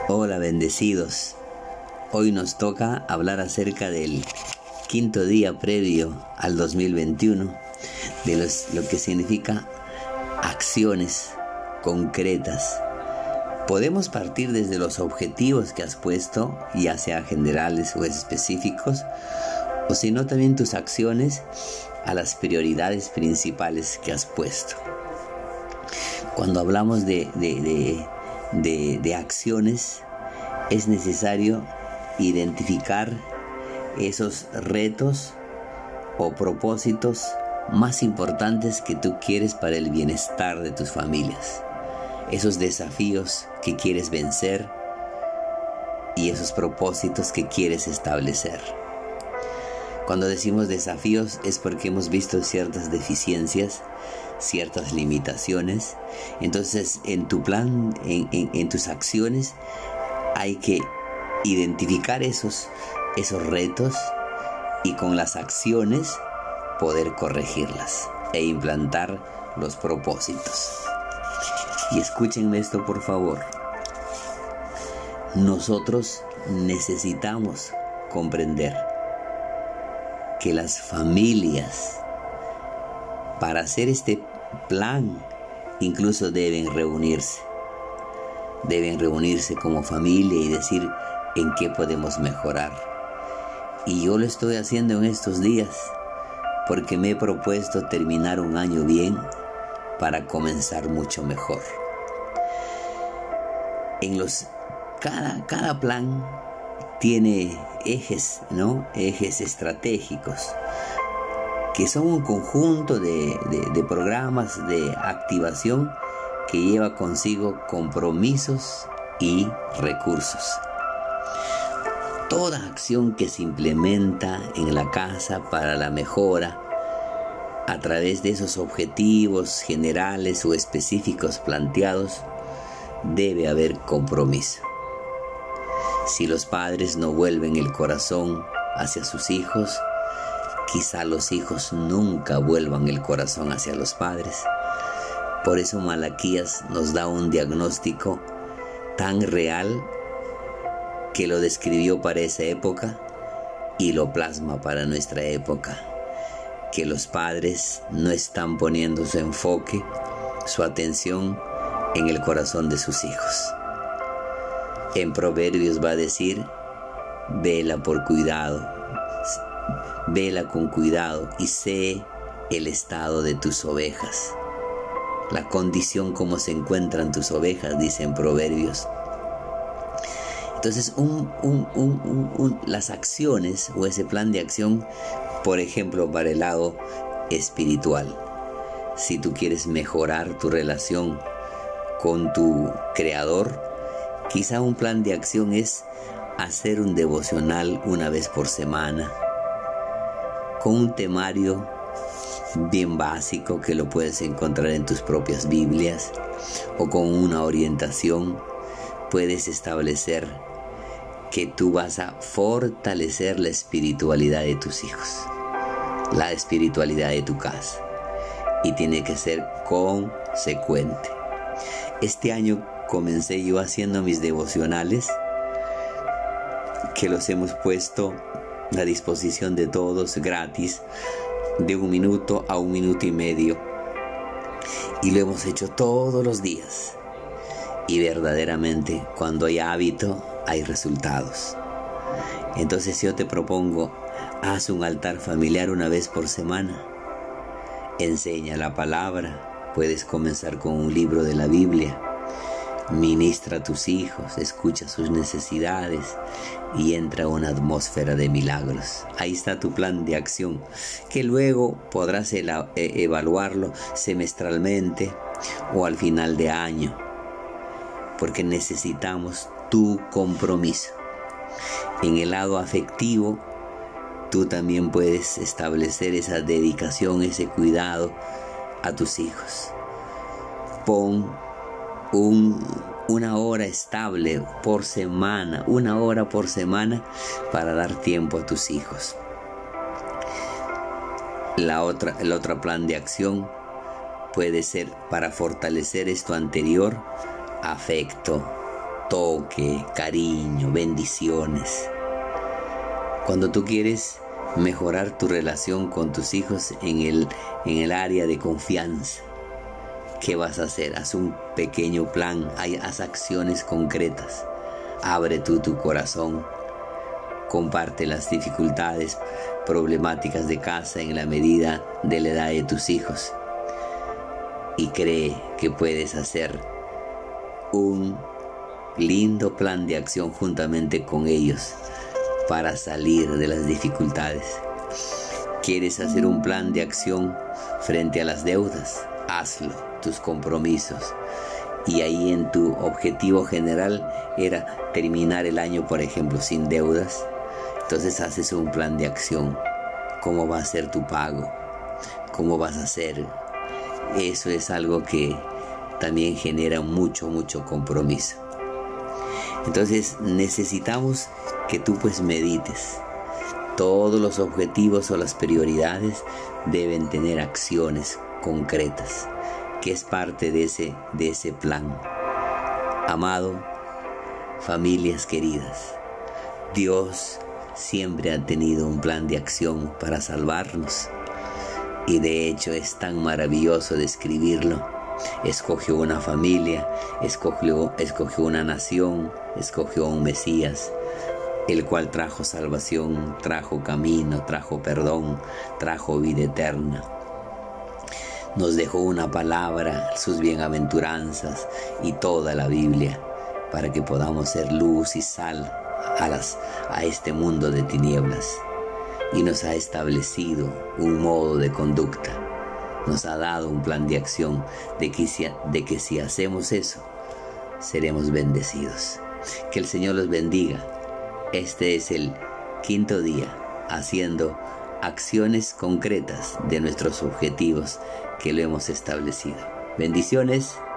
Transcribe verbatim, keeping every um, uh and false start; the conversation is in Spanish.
Hola, bendecidos. Hoy nos toca hablar acerca del quinto día previo al dos mil veintiuno, de los, lo que significa acciones concretas. Podemos partir desde los objetivos que has puesto, ya sea generales o específicos, o si no también tus acciones a las prioridades principales que has puesto. Cuando hablamos de, de, de, de, de acciones, es necesario identificar esos retos o propósitos más importantes que tú quieres para el bienestar de tus familias. Esos desafíos que quieres vencer y esos propósitos que quieres establecer. Cuando decimos desafíos es porque hemos visto ciertas deficiencias, ciertas limitaciones. Entonces, en tu plan, en, en, en tus acciones, hay que identificar esos, esos retos y con las acciones poder corregirlas e implantar los propósitos. Y escúchenme esto, por favor. Nosotros necesitamos comprender que las familias, para hacer este plan, incluso deben reunirse. Deben reunirse como familia y decir en qué podemos mejorar. Y yo lo estoy haciendo en estos días porque me he propuesto terminar un año bien para comenzar mucho mejor. En los, cada, cada plan tiene ejes, ¿no? Ejes estratégicos, que son un conjunto de, de, de programas de activación que lleva consigo compromisos y recursos. Toda acción que se implementa en la casa para la mejora a través de esos objetivos generales o específicos planteados, debe haber compromiso. Si los padres no vuelven el corazón hacia sus hijos, quizá los hijos nunca vuelvan el corazón hacia los padres. Por eso Malaquías nos da un diagnóstico tan real que lo describió para esa época y lo plasma para nuestra época. Que los padres no están poniendo su enfoque, su atención en el corazón de sus hijos. En Proverbios va a decir: vela por cuidado, vela con cuidado y sé el estado de tus ovejas. La condición como se encuentran tus ovejas, dice en Proverbios. Entonces, un, un, un, un, un, las acciones o ese plan de acción, por ejemplo, para el lado espiritual. Si tú quieres mejorar tu relación con tu Creador, quizá un plan de acción es hacer un devocional una vez por semana, con un temario bien básico que lo puedes encontrar en tus propias Biblias, o con una orientación puedes establecer que tú vas a fortalecer la espiritualidad de tus hijos, la espiritualidad de tu casa, y tiene que ser consecuente. Este año comencé yo haciendo mis devocionales, que los hemos puesto a disposición de todos gratis, de un minuto a un minuto y medio, y lo hemos hecho todos los días, y verdaderamente cuando hay hábito hay resultados. Entonces yo te propongo: haz un altar familiar una vez por semana, enseña la palabra, puedes comenzar con un libro de la Biblia, ministra a tus hijos, escucha sus necesidades y entra a una atmósfera de milagros. Ahí está tu plan de acción, que luego podrás evaluarlo semestralmente o al final de año, porque necesitamos tu compromiso. En el lado afectivo, tú también puedes establecer esa dedicación, ese cuidado a tus hijos. Pon un, una hora estable por semana, una hora por semana para dar tiempo a tus hijos. La otra, el otro plan de acción puede ser para fortalecer esto anterior: afecto, toque, cariño, bendiciones. Cuando tú quieres mejorar tu relación con tus hijos en el, en el área de confianza, ¿qué vas a hacer? Haz un pequeño plan, haz acciones concretas. Abre tú tu corazón, comparte las dificultades, problemáticas de casa en la medida de la edad de tus hijos y cree que puedes hacer un lindo plan de acción juntamente con ellos para salir de las dificultades. ¿Quieres hacer un plan de acción frente a las deudas? Hazlo, tus compromisos. Y ahí en tu objetivo general era terminar el año, por ejemplo, sin deudas. Entonces haces un plan de acción. ¿Cómo va a ser tu pago? ¿Cómo vas a hacer? Eso es algo que también genera mucho, mucho compromiso. Entonces necesitamos que tú pues medites. Todos los objetivos o las prioridades deben tener acciones concretas, que es parte de ese, de ese plan. Amado, familias queridas, Dios siempre ha tenido un plan de acción para salvarnos. Y de hecho es tan maravilloso describirlo. Escogió una familia, escogió, escogió una nación, escogió un Mesías, el cual trajo salvación, trajo camino, trajo perdón, trajo vida eterna. Nos dejó una palabra, sus bienaventuranzas y toda la Biblia, para que podamos ser luz y sal a, las, a este mundo de tinieblas. Y nos ha establecido un modo de conducta. Nos ha dado un plan de acción de que, si, de que si hacemos eso, seremos bendecidos. Que el Señor los bendiga. Este es el quinto día haciendo acciones concretas de nuestros objetivos que lo hemos establecido. Bendiciones.